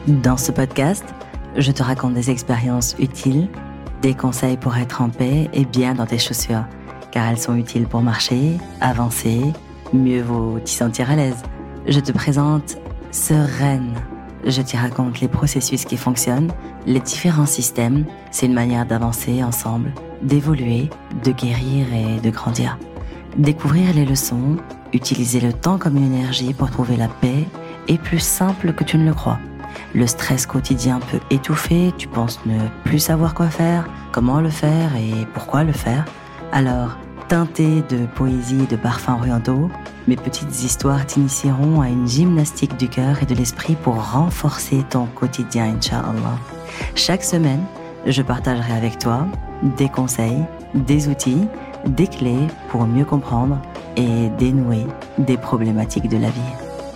Dans ce podcast, je te raconte des expériences utiles, des conseils pour être en paix et bien dans tes chaussures, car elles sont utiles pour marcher, avancer, mieux vaut t'y sentir à l'aise. Je te présente Sereine. Je t'y raconte les processus qui fonctionnent, les différents systèmes. C'est une manière d'avancer ensemble, d'évoluer, de guérir et de grandir. Découvrir les leçons, utiliser le temps comme une énergie pour trouver la paix est plus simple que tu ne le crois. Le stress quotidien peut étouffer, tu penses ne plus savoir quoi faire, comment le faire et pourquoi le faire. Alors, teinté de poésie et de parfums orientaux, mes petites histoires t'initieront à une gymnastique du cœur et de l'esprit pour renforcer ton quotidien, Inch'Allah. Chaque semaine, je partagerai avec toi des conseils, des outils, des clés pour mieux comprendre et dénouer des problématiques de la vie.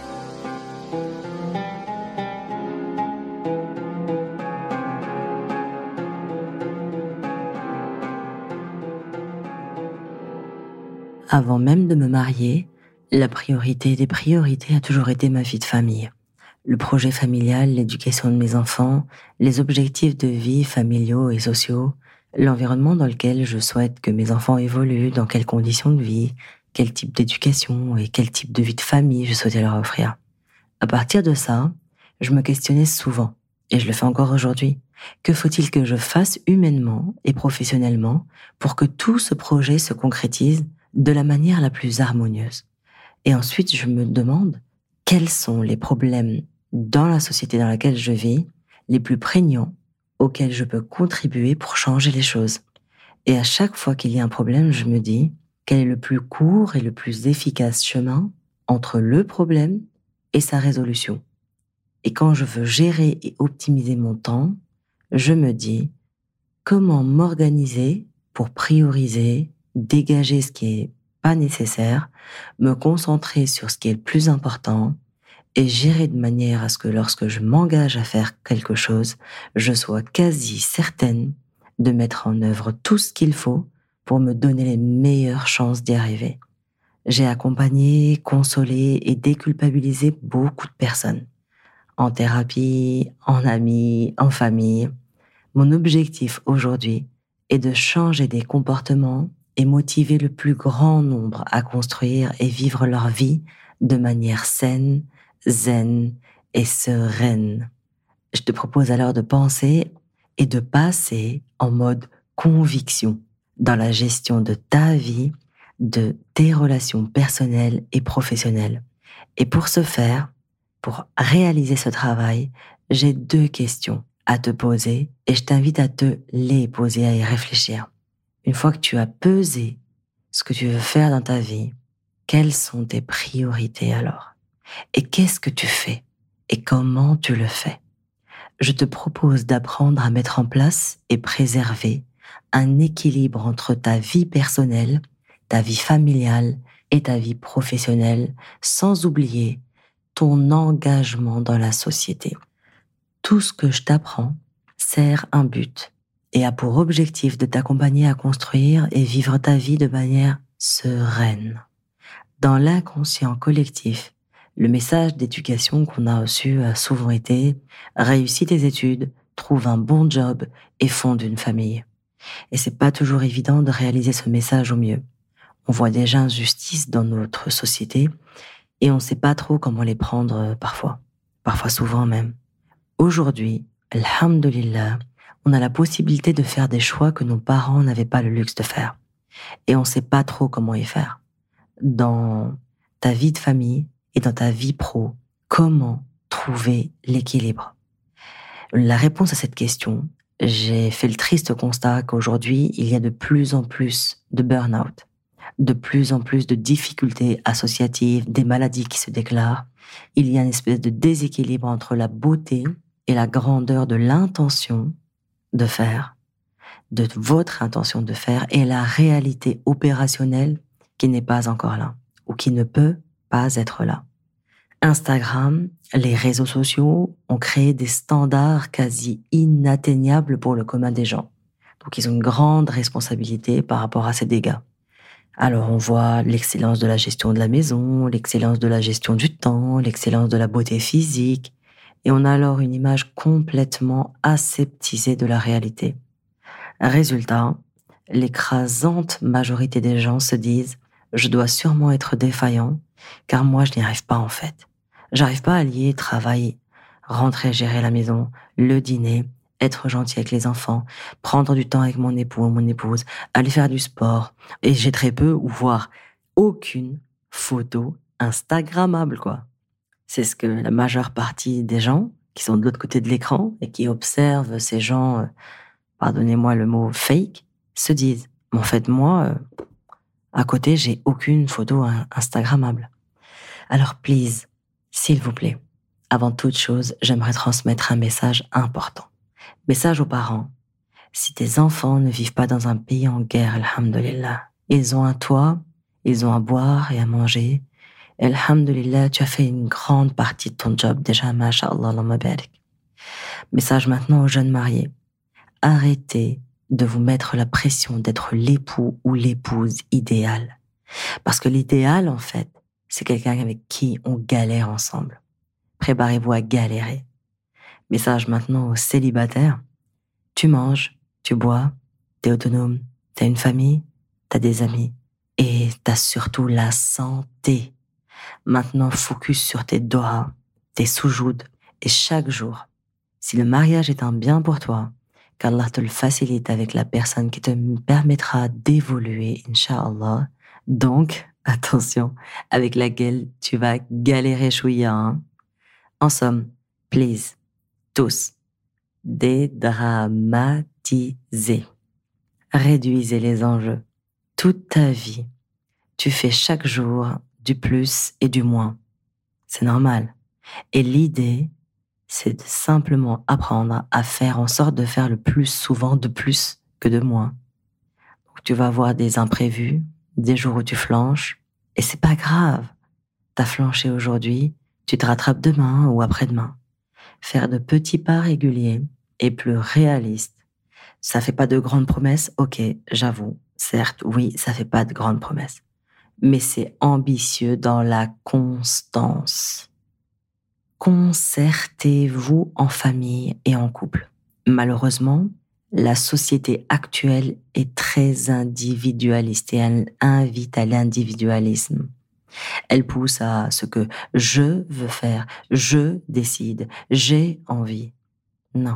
Avant même de me marier, la priorité des priorités a toujours été ma vie de famille. Le projet familial, l'éducation de mes enfants, les objectifs de vie familiaux et sociaux, l'environnement dans lequel je souhaite que mes enfants évoluent, dans quelles conditions de vie, quel type d'éducation et quel type de vie de famille je souhaitais leur offrir. À partir de ça, je me questionnais souvent, et je le fais encore aujourd'hui. Que faut-il que je fasse humainement et professionnellement pour que tout ce projet se concrétise de la manière la plus harmonieuse? Et ensuite, je me demande quels sont les problèmes dans la société dans laquelle je vis, les plus prégnants, auxquels je peux contribuer pour changer les choses. Et à chaque fois qu'il y a un problème, je me dis quel est le plus court et le plus efficace chemin entre le problème et sa résolution. Et quand je veux gérer et optimiser mon temps, je me dis comment m'organiser pour prioriser, dégager ce qui est pas nécessaire, me concentrer sur ce qui est le plus important et gérer de manière à ce que lorsque je m'engage à faire quelque chose, je sois quasi certaine de mettre en œuvre tout ce qu'il faut pour me donner les meilleures chances d'y arriver. J'ai accompagné, consolé et déculpabilisé beaucoup de personnes. En thérapie, en amis, en famille. Mon objectif aujourd'hui est de changer des comportements et motiver le plus grand nombre à construire et vivre leur vie de manière saine, zen et sereine. Je te propose alors de penser et de passer en mode conviction dans la gestion de ta vie, de tes relations personnelles et professionnelles. Et pour ce faire, pour réaliser ce travail, j'ai 2 questions à te poser et je t'invite à te les poser, à y réfléchir. Une fois que tu as pesé ce que tu veux faire dans ta vie, quelles sont tes priorités alors? Et qu'est-ce que tu fais? Et comment tu le fais? Je te propose d'apprendre à mettre en place et préserver un équilibre entre ta vie personnelle, ta vie familiale et ta vie professionnelle, sans oublier ton engagement dans la société. Tout ce que je t'apprends sert un but et a pour objectif de t'accompagner à construire et vivre ta vie de manière sereine. Dans l'inconscient collectif, le message d'éducation qu'on a reçu a souvent été « réussis tes études, trouve un bon job et fonde une famille ». Et c'est pas toujours évident de réaliser ce message au mieux. On voit des injustices dans notre société et on sait pas trop comment les prendre parfois souvent même. Aujourd'hui, alhamdoulilah, on a la possibilité de faire des choix que nos parents n'avaient pas le luxe de faire. Et on sait pas trop comment y faire. Dans ta vie de famille et dans ta vie pro, comment trouver l'équilibre? La réponse à cette question, j'ai fait le triste constat qu'aujourd'hui, il y a de plus en plus de burn-out, de plus en plus de difficultés associatives, des maladies qui se déclarent. Il y a une espèce de déséquilibre entre la beauté et la grandeur de l'intention de faire, de votre intention de faire, et la réalité opérationnelle qui n'est pas encore là, ou qui ne peut pas être là. Instagram, les réseaux sociaux ont créé des standards quasi inatteignables pour le commun des gens. Donc ils ont une grande responsabilité par rapport à ces dégâts. Alors on voit l'excellence de la gestion de la maison, l'excellence de la gestion du temps, l'excellence de la beauté physique, Et on a alors une image complètement aseptisée de la réalité. Résultat, l'écrasante majorité des gens se disent « je dois sûrement être défaillant, car moi je n'y arrive pas en fait. J'arrive pas à lier travail, rentrer gérer la maison, le dîner, être gentil avec les enfants, prendre du temps avec mon époux ou mon épouse, aller faire du sport. Et j'ai très peu, ou voire aucune photo Instagrammable, quoi. » C'est ce que la majeure partie des gens qui sont de l'autre côté de l'écran et qui observent ces gens, pardonnez-moi le mot fake, se disent. Mais en fait, moi, à côté, j'ai aucune photo Instagrammable. Alors, please, s'il vous plaît, avant toute chose, j'aimerais transmettre un message important. Message aux parents. Si tes enfants ne vivent pas dans un pays en guerre, alhamdoulilah, ils ont un toit, ils ont à boire et à manger. Alhamdulillah, tu as fait une grande partie de ton job déjà, masha'Allah, Allahumma barik. Message maintenant aux jeunes mariés. Arrêtez de vous mettre la pression d'être l'époux ou l'épouse idéale. Parce que l'idéal, en fait, c'est quelqu'un avec qui on galère ensemble. Préparez-vous à galérer. Message maintenant aux célibataires. Tu manges, tu bois, t'es autonome, t'as une famille, t'as des amis et t'as surtout la santé. Maintenant, focus sur tes doigts, tes sous-joudes et chaque jour. Si le mariage est un bien pour toi, qu'Allah te le facilite avec la personne qui te permettra d'évoluer, Inch'Allah. Donc, attention, avec laquelle tu vas galérer chouïa. Hein. En somme, please, tous, dédramatisez. Réduisez les enjeux. Toute ta vie, tu fais chaque jour du plus et du moins. C'est normal. Et l'idée, c'est de simplement apprendre à faire en sorte de faire le plus souvent de plus que de moins. Donc, tu vas avoir des imprévus, des jours où tu flanches, et c'est pas grave. T'as flanché aujourd'hui, tu te rattrapes demain ou après-demain. Faire de petits pas réguliers et plus réalistes. Ça fait pas de grandes promesses, ok, j'avoue. Certes, oui, ça fait pas de grandes promesses. Mais c'est ambitieux dans la constance. Concertez-vous en famille et en couple. Malheureusement, la société actuelle est très individualiste et elle invite à l'individualisme. Elle pousse à ce que je veux faire, je décide, j'ai envie. Non.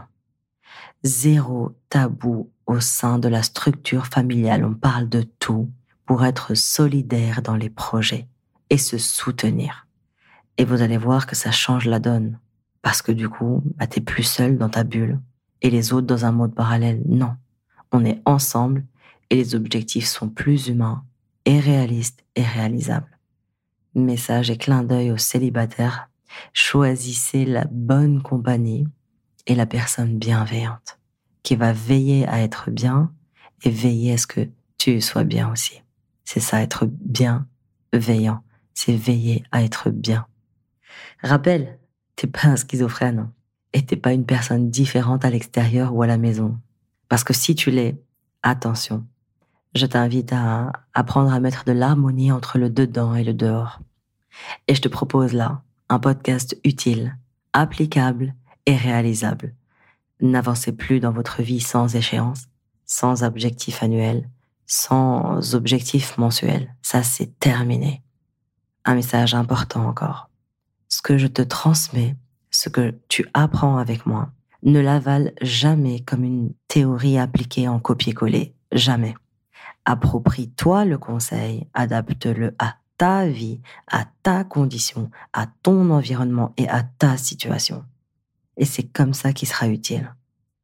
Zéro tabou au sein de la structure familiale. On parle de tout pour être solidaire dans les projets et se soutenir. Et vous allez voir que ça change la donne. Parce que du coup, t'es plus seul dans ta bulle et les autres dans un monde parallèle. Non. On est ensemble et les objectifs sont plus humains et réalistes et réalisables. Message et clin d'œil aux célibataires. Choisissez la bonne compagnie et la personne bienveillante qui va veiller à être bien et veiller à ce que tu sois bien aussi. C'est ça, être bienveillant. C'est veiller à être bien. Rappelle, t'es pas un schizophrène et t'es pas une personne différente à l'extérieur ou à la maison. Parce que si tu l'es, attention, je t'invite à apprendre à mettre de l'harmonie entre le dedans et le dehors. Et je te propose là un podcast utile, applicable et réalisable. N'avancez plus dans votre vie sans échéance, sans objectif annuel, sans objectif mensuel. Ça, c'est terminé. Un message important encore. Ce que je te transmets, ce que tu apprends avec moi, ne l'avale jamais comme une théorie appliquée en copier-coller. Jamais. Approprie-toi le conseil, adapte-le à ta vie, à ta condition, à ton environnement et à ta situation. Et c'est comme ça qu'il sera utile.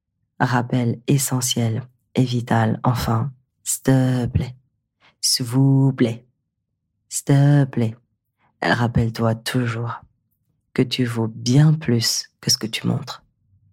Rappel essentiel et vital, enfin, s'il te plaît, s'il vous plaît, s'il te plaît, rappelle-toi toujours que tu vaux bien plus que ce que tu montres.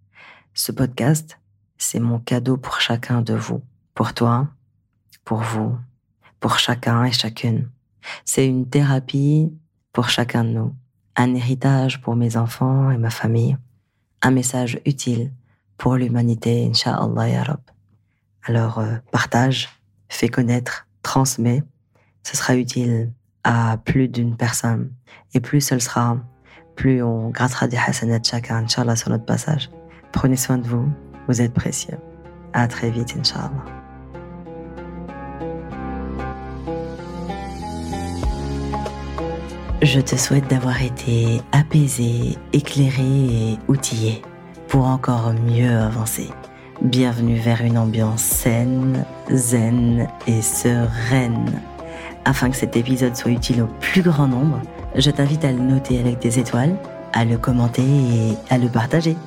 Ce podcast, c'est mon cadeau pour chacun de vous, pour toi, pour vous, pour chacun et chacune. C'est une thérapie pour chacun de nous, un héritage pour mes enfants et ma famille, un message utile pour l'humanité, Inch'Allah ya Rab. Alors, partage, fais connaître, transmets. Ce sera utile à plus d'une personne. Et plus elle sera, plus on grattera des hasanat chacun, Inch'Allah, sur notre passage. Prenez soin de vous, vous êtes précieux. À très vite, Inch'Allah. Je te souhaite d'avoir été apaisé, éclairé et outillé pour encore mieux avancer. Bienvenue vers une ambiance saine, zen et sereine. Afin que cet épisode soit utile au plus grand nombre, je t'invite à le noter avec des étoiles, à le commenter et à le partager.